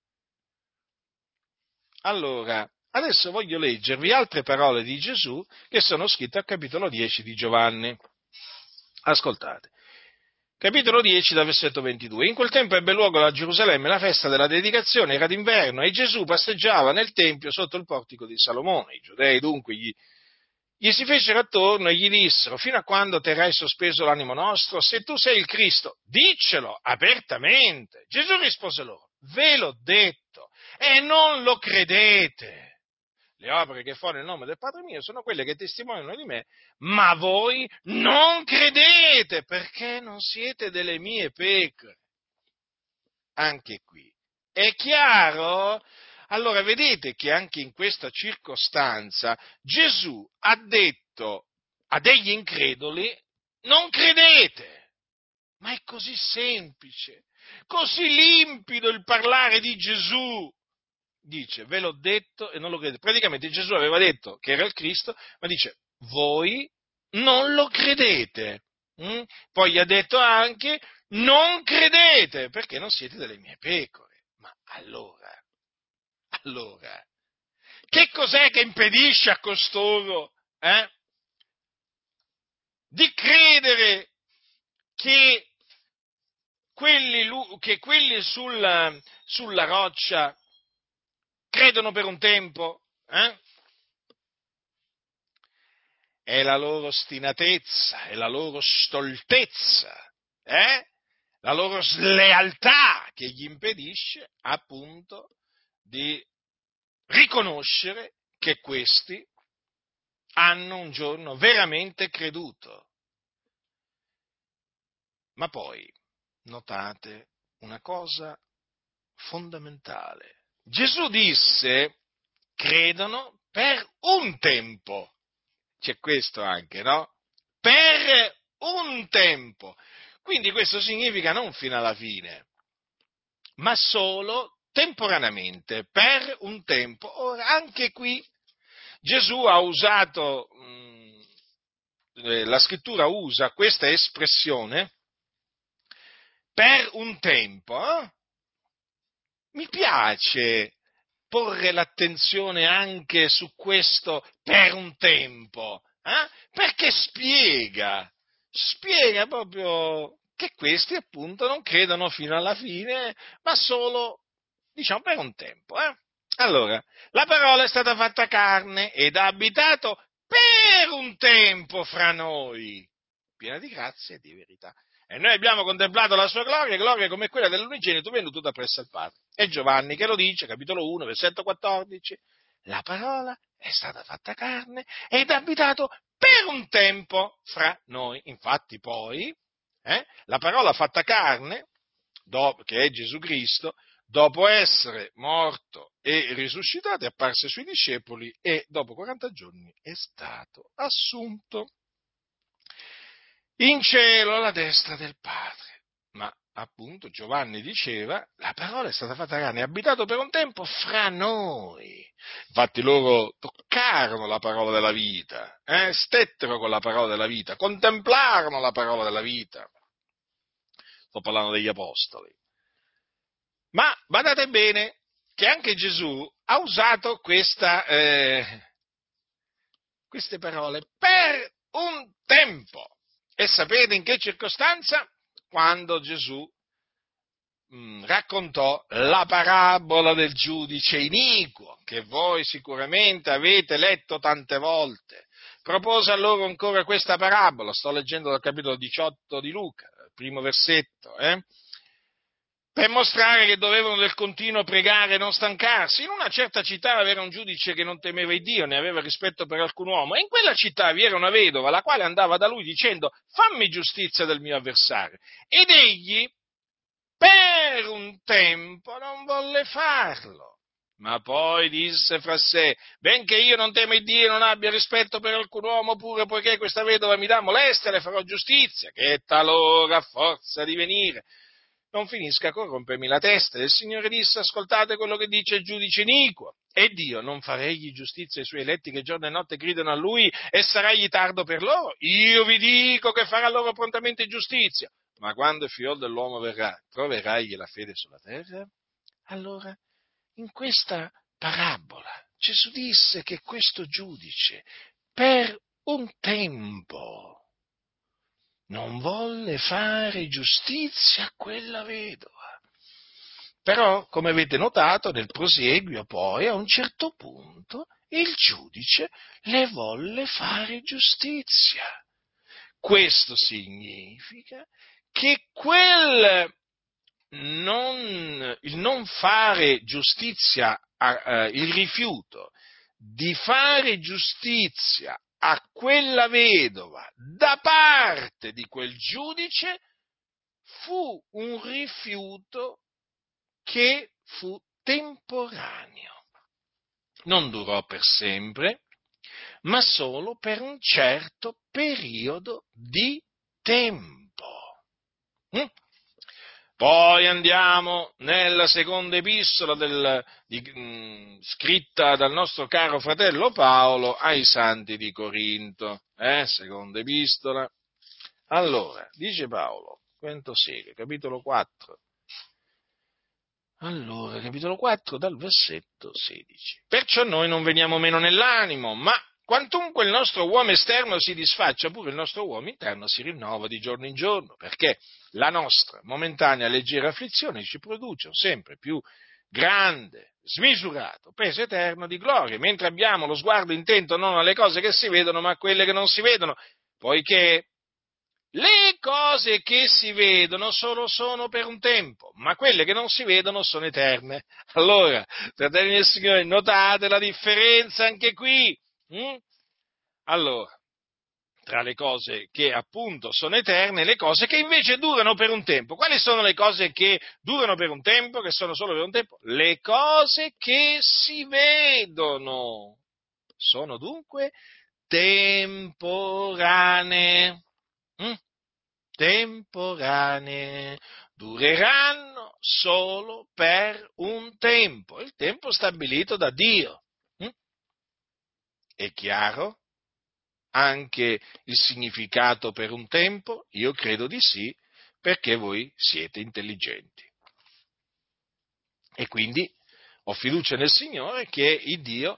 A: Allora, adesso voglio leggervi altre parole di Gesù che sono scritte al capitolo 10 di Giovanni. Ascoltate. Capitolo 10, dal versetto 22. In quel tempo ebbe luogo a Gerusalemme la festa della dedicazione, era d'inverno, e Gesù passeggiava nel Tempio sotto il portico di Salomone. I giudei dunque gli si fecero attorno e gli dissero: fino a quando terrai sospeso l'animo nostro? Se tu sei il Cristo, diccelo apertamente. Gesù rispose loro: ve l'ho detto e non lo credete. Le opere che fa nel nome del Padre mio sono quelle che testimoniano di me, ma voi non credete perché non siete delle mie pecore. Anche qui. È chiaro? Allora vedete che anche in questa circostanza Gesù ha detto a degli increduli: non credete. Ma è così semplice, così limpido il parlare di Gesù. Dice: ve l'ho detto e non lo credete. Praticamente Gesù aveva detto che era il Cristo, ma dice: voi non lo credete. Poi gli ha detto anche: non credete perché non siete delle mie pecore. Ma allora, che cos'è che impedisce a costoro di credere che quelli sulla roccia credono per un tempo? È la loro ostinatezza, è la loro stoltezza, la loro slealtà che gli impedisce appunto di riconoscere che questi hanno un giorno veramente creduto. Ma poi notate una cosa fondamentale. Gesù disse: credono per un tempo. C'è questo anche, no? Per un tempo. Quindi questo significa non fino alla fine, ma solo temporaneamente, per un tempo. Ora, anche qui Gesù ha usato, la scrittura usa questa espressione, per un tempo. Mi piace porre l'attenzione anche su questo per un tempo, perché spiega proprio che questi appunto non credono fino alla fine, ma solo, diciamo, per un tempo. Allora, la parola è stata fatta carne ed ha abitato per un tempo fra noi, piena di grazia e di verità. E noi abbiamo contemplato la sua gloria come quella dell'unigenito venuto da presso al Padre. E Giovanni che lo dice, capitolo 1, versetto 14, la parola è stata fatta carne ed ha abitato per un tempo fra noi. Infatti poi, la parola fatta carne, che è Gesù Cristo, dopo essere morto e risuscitato, è apparso ai suoi discepoli e dopo 40 giorni è stato assunto in cielo alla destra del Padre. Ma appunto Giovanni diceva: la parola è stata fatta carne, è abitato per un tempo fra noi. Infatti loro toccarono la parola della vita, stettero con la parola della vita, contemplarono la parola della vita. Sto parlando degli apostoli. Ma badate bene che anche Gesù ha usato queste parole per un tempo. E sapete in che circostanza? Quando Gesù raccontò la parabola del giudice iniquo, che voi sicuramente avete letto tante volte. Propose a loro ancora questa parabola, sto leggendo dal capitolo 18 di Luca, primo versetto, per mostrare che dovevano del continuo pregare e non stancarsi. In una certa città aveva un giudice che non temeva il Dio, né aveva rispetto per alcun uomo, e in quella città vi era una vedova, la quale andava da lui dicendo: fammi giustizia del mio avversario. Ed egli, per un tempo, non volle farlo. Ma poi disse fra sé: benché io non temo il Dio e non abbia rispetto per alcun uomo, pure poiché questa vedova mi dà molestia, le farò giustizia, che talora a forza di venire non finisca a corrompermi la testa. E il Signore disse: ascoltate quello che dice il giudice iniquo. E Dio non farà egli giustizia ai suoi eletti che giorno e notte gridano a lui, e sarà egli tardo per loro? Io vi dico che farà loro prontamente giustizia. Ma quando il figlio dell'uomo verrà, troverà egli la fede sulla terra? Allora, in questa parabola Gesù disse che questo giudice per un tempo non volle fare giustizia a quella vedova. Però, come avete notato, nel prosieguo poi, a un certo punto, il giudice le volle fare giustizia. Questo significa che il non fare giustizia, il rifiuto di fare giustizia a quella vedova da parte di quel giudice fu un rifiuto che fu temporaneo. Non durò per sempre, ma solo per un certo periodo di tempo. Poi andiamo nella seconda epistola scritta dal nostro caro fratello Paolo ai santi di Corinto. Seconda epistola. Allora, dice Paolo, quinto segue, capitolo 4. Allora, capitolo 4 dal versetto 16. Perciò noi non veniamo meno nell'animo, ma quantunque il nostro uomo esterno si disfaccia, pure il nostro uomo interno si rinnova di giorno in giorno, perché la nostra momentanea leggera afflizione ci produce un sempre più grande, smisurato peso eterno di gloria, mentre abbiamo lo sguardo intento non alle cose che si vedono, ma a quelle che non si vedono, poiché le cose che si vedono sono per un tempo, ma quelle che non si vedono sono eterne. Allora, fratelli del Signore, notate la differenza anche qui. Allora, tra le cose che appunto sono eterne e le cose che invece durano per un tempo. Quali sono le cose che durano per un tempo, che sono solo per un tempo? Le cose che si vedono sono dunque temporanee. Temporanee, dureranno solo per un tempo, il tempo stabilito da Dio. È chiaro? Anche il significato per un tempo? Io credo di sì, perché voi siete intelligenti. E quindi ho fiducia nel Signore che il Dio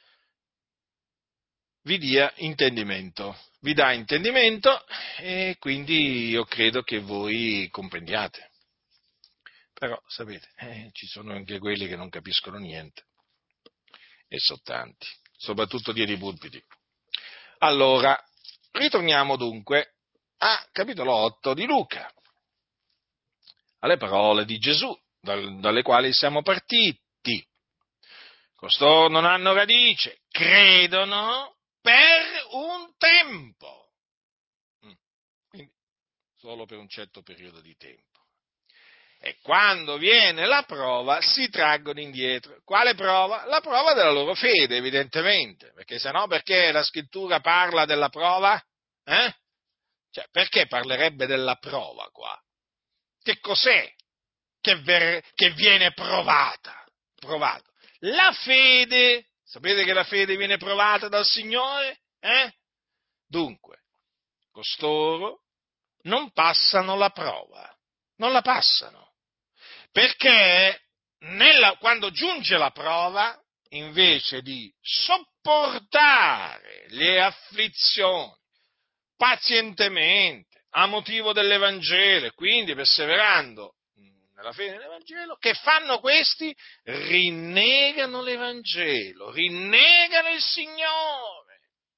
A: vi dia intendimento, vi dà intendimento e quindi io credo che voi comprendiate. Però, sapete, ci sono anche quelli che non capiscono niente, e sono tanti, soprattutto dietro i pulpiti. Allora, ritorniamo dunque a capitolo 8 di Luca, alle parole di Gesù, dalle quali siamo partiti. Costoro non hanno radice, credono per un tempo, quindi solo per un certo periodo di tempo. E quando viene la prova si traggono indietro. Quale prova? La prova della loro fede, evidentemente, perché se no perché la scrittura parla della prova? Cioè, perché parlerebbe della prova qua? Che cos'è che viene provata? Provato. La fede, sapete che la fede viene provata dal Signore? Dunque, costoro non passano la prova, non la passano. Perché quando giunge la prova, invece di sopportare le afflizioni pazientemente a motivo dell'Evangelo, e quindi perseverando nella fede dell'Evangelo, che fanno questi? Rinnegano l'Evangelo, rinnegano il Signore.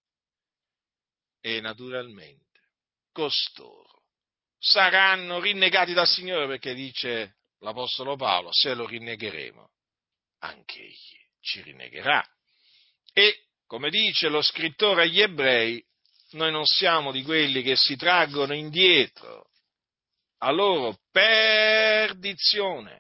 A: E naturalmente costoro saranno rinnegati dal Signore, perché dice l'Apostolo Paolo, se lo rinnegheremo, anche egli ci rinnegherà. E, come dice lo scrittore agli Ebrei, noi non siamo di quelli che si traggono indietro a loro perdizione,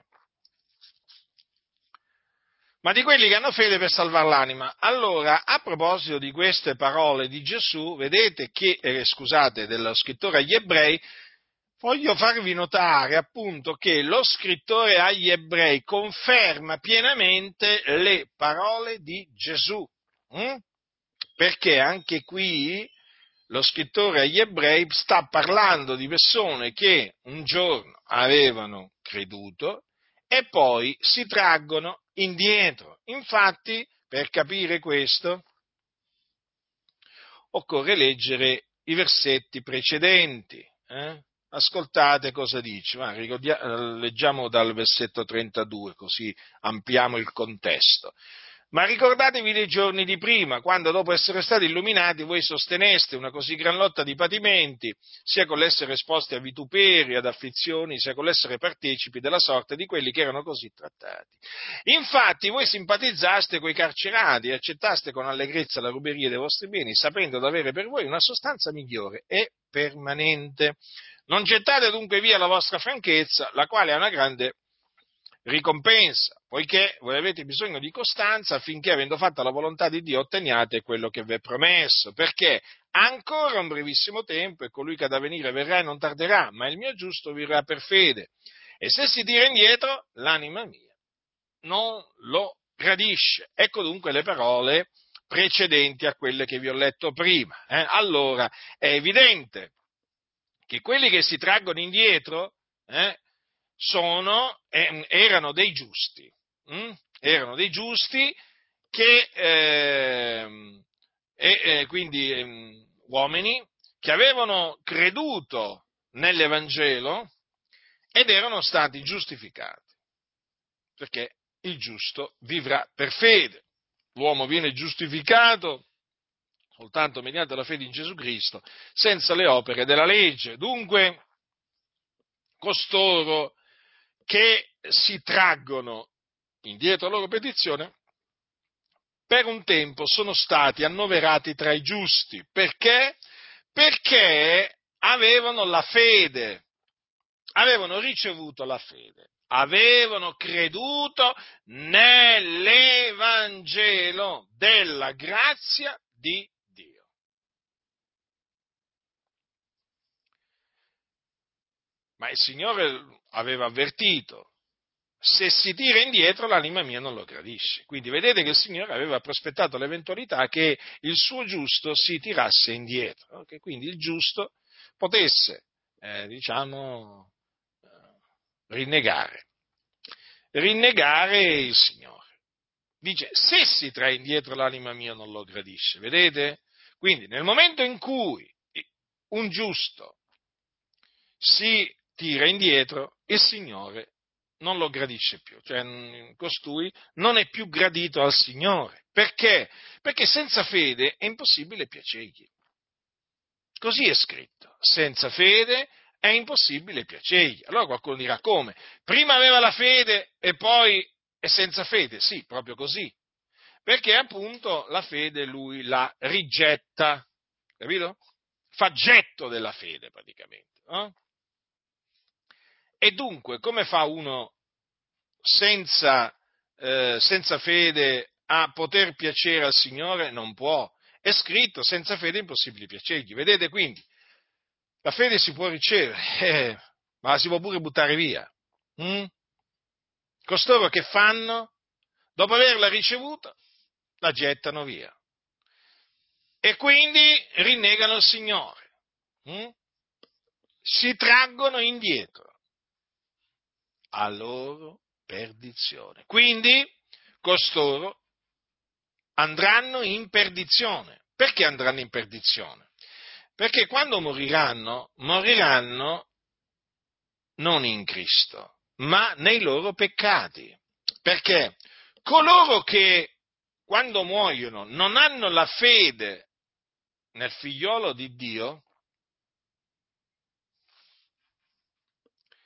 A: ma di quelli che hanno fede per salvare l'anima. Allora, a proposito di queste parole di Gesù, vedete che, dello scrittore agli Ebrei, voglio farvi notare appunto che lo scrittore agli Ebrei conferma pienamente le parole di Gesù, perché anche qui lo scrittore agli Ebrei sta parlando di persone che un giorno avevano creduto e poi si traggono indietro. Infatti, per capire questo, occorre leggere i versetti precedenti. Ascoltate cosa dice. Leggiamo dal versetto 32, così ampliamo il contesto. Ma ricordatevi dei giorni di prima, quando dopo essere stati illuminati voi sosteneste una così gran lotta di patimenti, sia con l'essere esposti a vituperi, ad afflizioni, sia con l'essere partecipi della sorte di quelli che erano così trattati. Infatti voi simpatizzaste coi carcerati e accettaste con allegrezza la ruberia dei vostri beni, sapendo di avere per voi una sostanza migliore e permanente. Non gettate dunque via la vostra franchezza, la quale ha una grande ricompensa, poiché voi avete bisogno di costanza affinché, avendo fatta la volontà di Dio, otteniate quello che vi è promesso, perché ancora un brevissimo tempo e colui che ha da venire verrà e non tarderà, ma il mio giusto vivrà per fede. E se si tira indietro, l'anima mia non lo gradisce. Ecco dunque le parole precedenti a quelle che vi ho letto prima. Allora, è evidente che quelli che si traggono indietro erano dei giusti, erano dei giusti che, quindi uomini che avevano creduto nell'Evangelo ed erano stati giustificati, perché il giusto vivrà per fede. L'uomo viene giustificato soltanto mediante la fede in Gesù Cristo, senza le opere della legge. Dunque, costoro che si traggono indietro la loro petizione, per un tempo sono stati annoverati tra i giusti. Perché? Perché avevano la fede, avevano ricevuto la fede, avevano creduto nell'Evangelo della grazia di Dio. Ma il Signore aveva avvertito: se si tira indietro l'anima mia non lo gradisce. Quindi vedete che il Signore aveva prospettato l'eventualità che il suo giusto si tirasse indietro, che quindi il giusto potesse, rinnegare il Signore. Dice, se si trae indietro l'anima mia non lo gradisce, vedete? Quindi nel momento in cui un giusto si tira indietro, il Signore non lo gradisce più, cioè costui non è più gradito al Signore. Perché? Perché senza fede è impossibile piacergli. Così è scritto, senza fede è impossibile piacergli. Allora qualcuno dirà, come? Prima aveva la fede e poi è senza fede? Sì, proprio così. Perché appunto la fede lui la rigetta, capito? Fa getto della fede praticamente, no? E dunque, come fa uno senza fede a poter piacere al Signore? Non può. È scritto, senza fede è impossibile piacergli. Vedete quindi, la fede si può ricevere, ma la si può pure buttare via. Costoro che fanno? Dopo averla ricevuta, la gettano via. E quindi rinnegano il Signore. Si traggono indietro a loro perdizione. Quindi costoro andranno in perdizione. Perché andranno in perdizione? Perché quando moriranno non in Cristo, ma nei loro peccati. Perché coloro che quando muoiono non hanno la fede nel figliolo di Dio,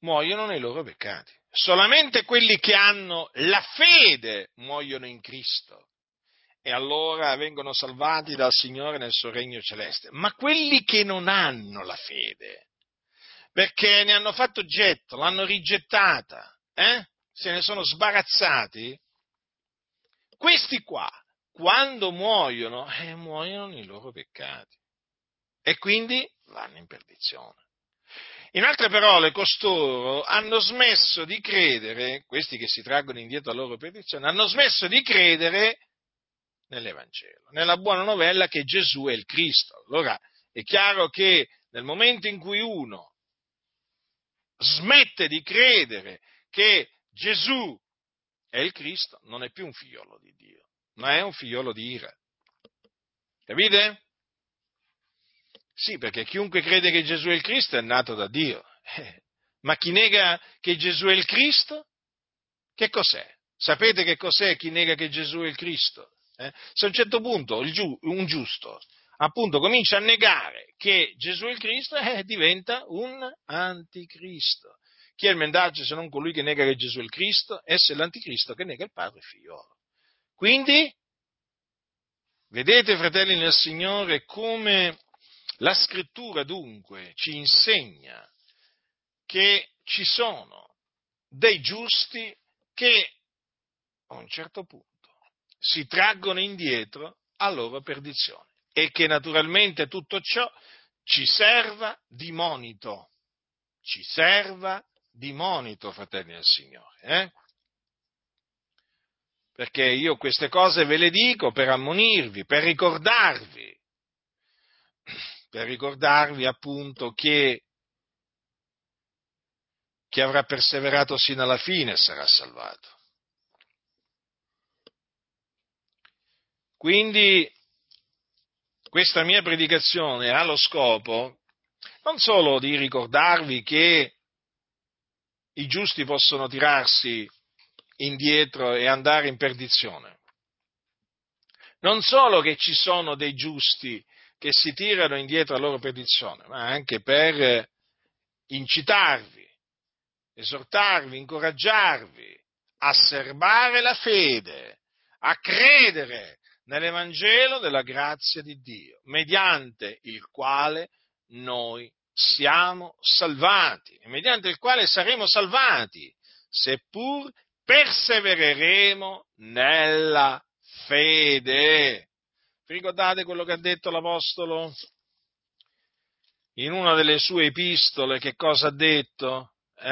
A: muoiono nei loro peccati. Solamente quelli che hanno la fede muoiono in Cristo e allora vengono salvati dal Signore nel suo regno celeste. Ma quelli che non hanno la fede, perché ne hanno fatto oggetto, l'hanno rigettata, se ne sono sbarazzati, questi qua, quando muoiono nei loro peccati e quindi vanno in perdizione. In altre parole, costoro hanno smesso di credere, questi che si traggono indietro la loro perdizione, hanno smesso di credere nell'Evangelo, nella buona novella che Gesù è il Cristo. Allora è chiaro che nel momento in cui uno smette di credere che Gesù è il Cristo, non è più un figliolo di Dio, ma è un figliolo di ira. Capite? Sì, perché chiunque crede che Gesù è il Cristo è nato da Dio. Ma chi nega che Gesù è il Cristo? Che cos'è? Sapete che cos'è chi nega che Gesù è il Cristo? Se a un certo punto un giusto appunto comincia a negare che Gesù è il Cristo, diventa un anticristo. Chi è il mendace se non colui che nega che Gesù è il Cristo? Esso è l'anticristo che nega il Padre e il Figliolo. Quindi, vedete, fratelli nel Signore, come la Scrittura dunque ci insegna che ci sono dei giusti che a un certo punto si traggono indietro a loro perdizione e che naturalmente tutto ciò ci serva di monito, fratelli del Signore, Perché io queste cose ve le dico per ammonirvi, per ricordarvi appunto che chi avrà perseverato sino alla fine sarà salvato. Quindi questa mia predicazione ha lo scopo non solo di ricordarvi che i giusti possono tirarsi indietro e andare in perdizione, non solo che ci sono dei giusti che si tirano indietro alla loro perdizione, ma anche per incitarvi, esortarvi, incoraggiarvi a serbare la fede, a credere nell'Evangelo della grazia di Dio, mediante il quale noi siamo salvati, e mediante il quale saremo salvati, seppur persevereremo nella fede. Vi ricordate quello che ha detto l'Apostolo in una delle sue epistole? Che cosa ha detto?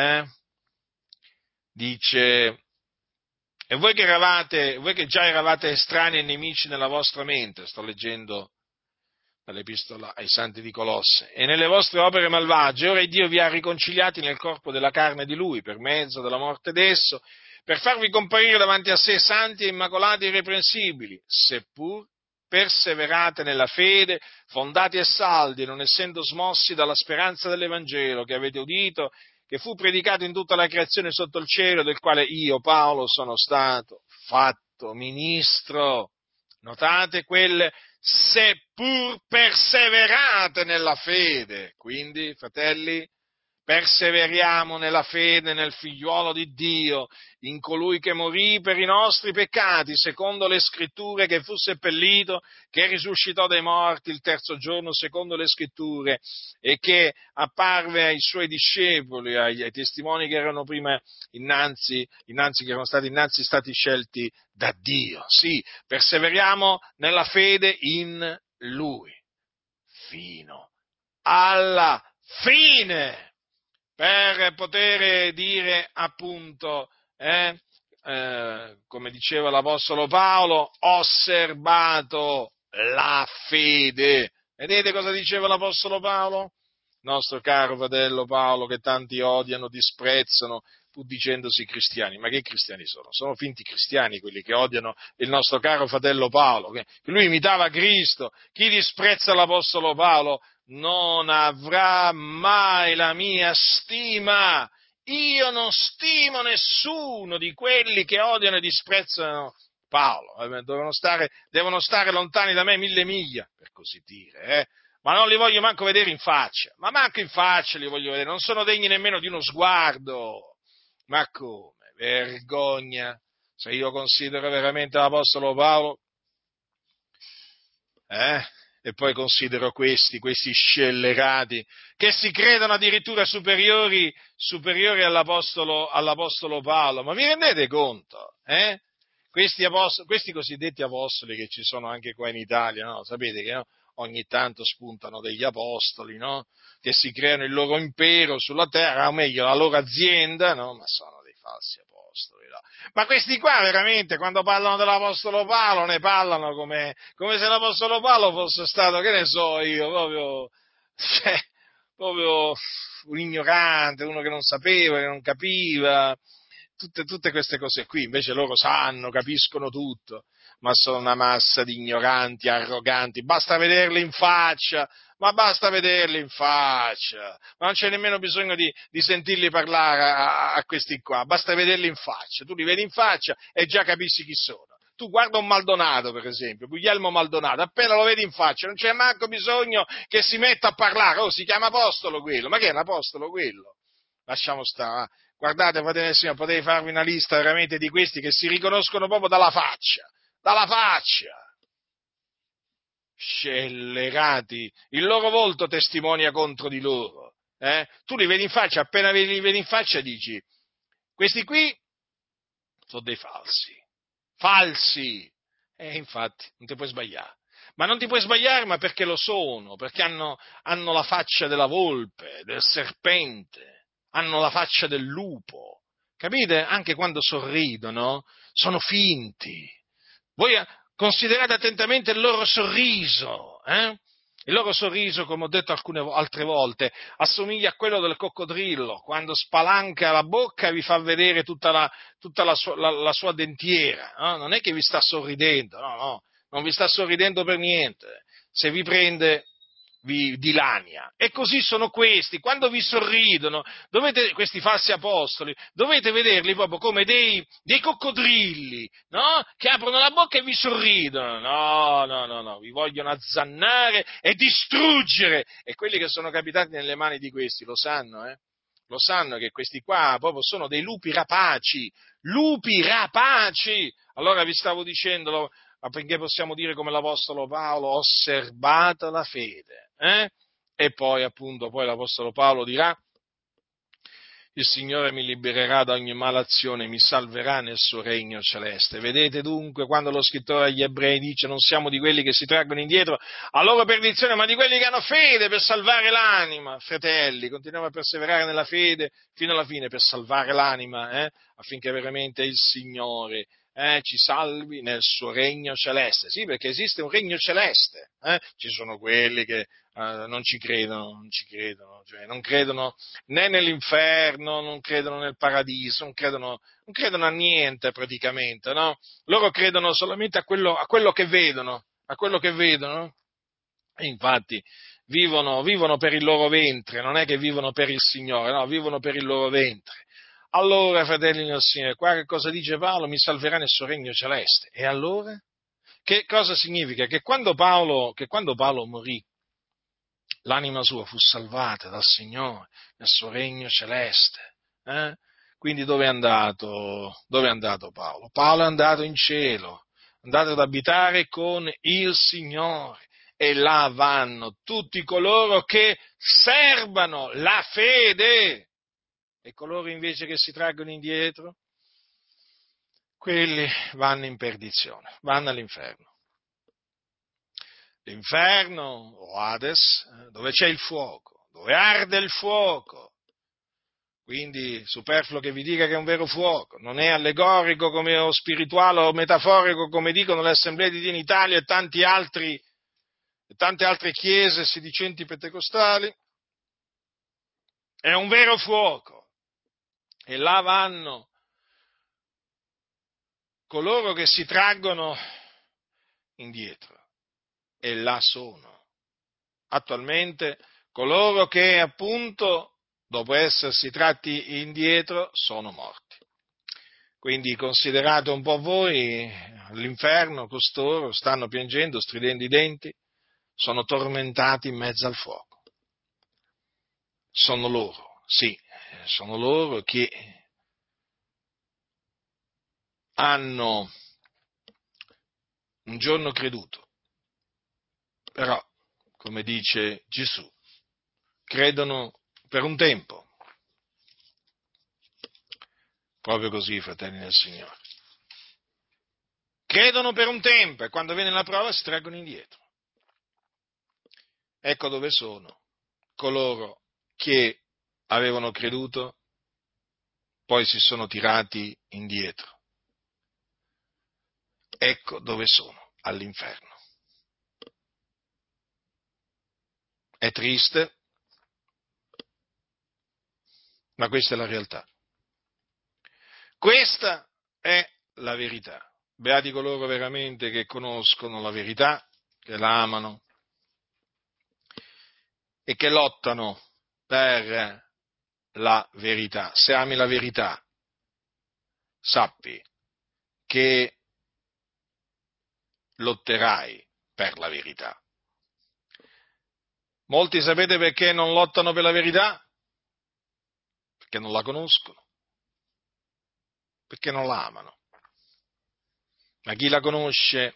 A: Dice: e voi che già eravate estranei e nemici nella vostra mente, sto leggendo dall'epistola ai santi di Colosse, e nelle vostre opere malvagie, ora Dio vi ha riconciliati nel corpo della carne di Lui, per mezzo della morte d'esso, per farvi comparire davanti a sé santi e immacolati e irreprensibili, seppur perseverate nella fede, fondati e saldi, non essendo smossi dalla speranza dell'Evangelo che avete udito, che fu predicato in tutta la creazione sotto il cielo, del quale io, Paolo, sono stato fatto ministro. Notate quelle: seppur perseverate nella fede. Quindi, fratelli, perseveriamo nella fede nel figliuolo di Dio, in colui che morì per i nostri peccati, secondo le scritture, che fu seppellito, che risuscitò dai morti il terzo giorno, secondo le scritture, e che apparve ai suoi discepoli, ai testimoni che erano prima che erano stati scelti da Dio. Sì, perseveriamo nella fede in Lui, fino alla fine, per poter dire appunto, come diceva l'Apostolo Paolo, ho serbato la fede. Vedete cosa diceva l'Apostolo Paolo? Nostro caro fratello Paolo, che tanti odiano, disprezzano, pur dicendosi cristiani. Ma che cristiani sono? Sono finti cristiani quelli che odiano il nostro caro fratello Paolo, che lui imitava Cristo. Chi disprezza l'Apostolo Paolo non avrà mai la mia stima. Io non stimo nessuno di quelli che odiano e disprezzano Paolo. Devono stare lontani da me 1000 miglia, per così dire. ma non li voglio manco vedere in faccia, ma manco in faccia li voglio vedere, non sono degni nemmeno di uno sguardo. Ma come? Vergogna! Se io considero veramente l'Apostolo Paolo, e poi considero questi scellerati, che si credono addirittura superiori all'Apostolo Paolo, ma vi rendete conto? Questi cosiddetti apostoli che ci sono anche qua in Italia, no? Sapete che no? Ogni tanto spuntano degli apostoli, no? Che si creano il loro impero sulla terra, o meglio la loro azienda, no? Ma sono dei falsi apostoli, no? Ma questi qua veramente quando parlano dell'Apostolo Paolo ne parlano come se l'Apostolo Paolo fosse stato, che ne so io, proprio un ignorante, uno che non sapeva, che non capiva, tutte queste cose qui. Invece loro sanno, capiscono tutto, ma sono una massa di ignoranti, arroganti, basta vederli in faccia, ma non c'è nemmeno bisogno di sentirli parlare a questi qua, basta vederli in faccia, tu li vedi in faccia e già capisci chi sono. Tu guarda un Maldonato, per esempio, Guglielmo Maldonato, appena lo vedi in faccia, non c'è manco bisogno che si metta a parlare, oh, si chiama apostolo quello, ma che è un apostolo quello? Lasciamo stare, guardate, fratelli del Signore, potevi farvi una lista veramente di questi che si riconoscono proprio dalla faccia, scellerati, il loro volto testimonia contro di loro, Tu li vedi in faccia, appena li vedi in faccia dici, questi qui sono dei falsi, infatti, non ti puoi sbagliare. Ma non ti puoi sbagliare, ma perché lo sono, perché hanno la faccia della volpe, del serpente, hanno la faccia del lupo, capite? Anche quando sorridono, sono finti. Voi considerate attentamente il loro sorriso, Il loro sorriso, come ho detto altre volte, assomiglia a quello del coccodrillo, quando spalanca la bocca e vi fa vedere tutta la sua dentiera, no? Non è che vi sta sorridendo, no, non vi sta sorridendo per niente, se vi prende vi dilania. E così sono questi, quando vi sorridono, questi falsi apostoli, dovete vederli proprio come dei coccodrilli, no? Che aprono la bocca e vi sorridono. No, vi vogliono azzannare e distruggere. E quelli che sono capitati nelle mani di questi lo sanno, Lo sanno che questi qua proprio sono dei lupi rapaci. Allora vi stavo dicendo, affinché possiamo dire come l'Apostolo Paolo, osservata la fede, E poi appunto, poi l'Apostolo Paolo dirà, il Signore mi libererà da ogni malazione, mi salverà nel suo regno celeste. Vedete dunque quando lo scrittore agli Ebrei dice non siamo di quelli che si traggono indietro a loro perdizione, ma di quelli che hanno fede per salvare l'anima. Fratelli, continuiamo a perseverare nella fede fino alla fine per salvare l'anima, affinché veramente il Signore ci salvi nel suo regno celeste. Sì, perché esiste un regno celeste. Ci sono quelli che non ci credono, cioè non credono né nell'inferno, non credono nel paradiso, non credono a niente praticamente, no? Loro credono solamente a quello che vedono, e infatti vivono per il loro ventre, non è che vivono per il Signore, no, vivono per il loro ventre. Allora, fratelli del Signore, qua che cosa dice Paolo? Mi salverà nel suo regno celeste. E allora? Che cosa significa? Che quando Paolo morì, l'anima sua fu salvata dal Signore nel suo regno celeste. Quindi dove è andato? Dove è andato Paolo? Paolo è andato in cielo, è andato ad abitare con il Signore. E là vanno tutti coloro che serbano la fede. E coloro invece che si traggono indietro, quelli vanno in perdizione, vanno all'inferno. L'inferno, o Hades, dove c'è il fuoco, dove arde il fuoco. Quindi superfluo che vi dica che è un vero fuoco, non è allegorico come o spirituale o metaforico come dicono le assemblee di Dio in Italia e tante altre chiese sedicenti pentecostali. È un vero fuoco. E là vanno coloro che si traggono indietro. E là sono attualmente coloro che appunto, dopo essersi tratti indietro, sono morti. Quindi considerate un po' voi, all'inferno costoro stanno piangendo, stridendo i denti, sono tormentati in mezzo al fuoco. Sono loro, sì, sono loro che hanno un giorno creduto, però, come dice Gesù, credono per un tempo. Proprio così, fratelli del Signore. Credono per un tempo e quando viene la prova si traggono indietro. Ecco dove sono coloro che avevano creduto, poi si sono tirati indietro. Ecco dove sono, all'inferno. È triste, ma questa è la realtà. Questa è la verità. Beati coloro veramente che conoscono la verità, che la amano e che lottano per la verità. Se ami la verità, sappi che lotterai per la verità. Molti sapete perché non lottano per la verità? Perché non la conoscono, perché non la amano. Ma chi la conosce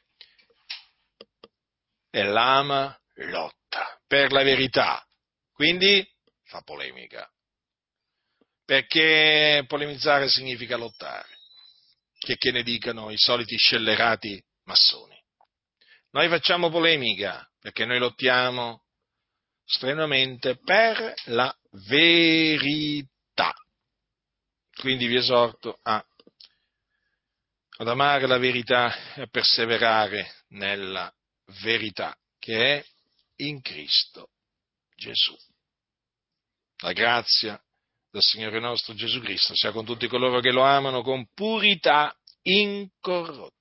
A: e l'ama lotta per la verità. Quindi fa polemica. Perché polemizzare significa lottare. Che ne dicano i soliti scellerati massoni. Noi facciamo polemica perché noi lottiamo strenuamente per la verità. Quindi vi esorto ad amare la verità e a perseverare nella verità che è in Cristo Gesù. La grazia del Signore nostro Gesù Cristo sia con tutti coloro che lo amano con purità incorrotta.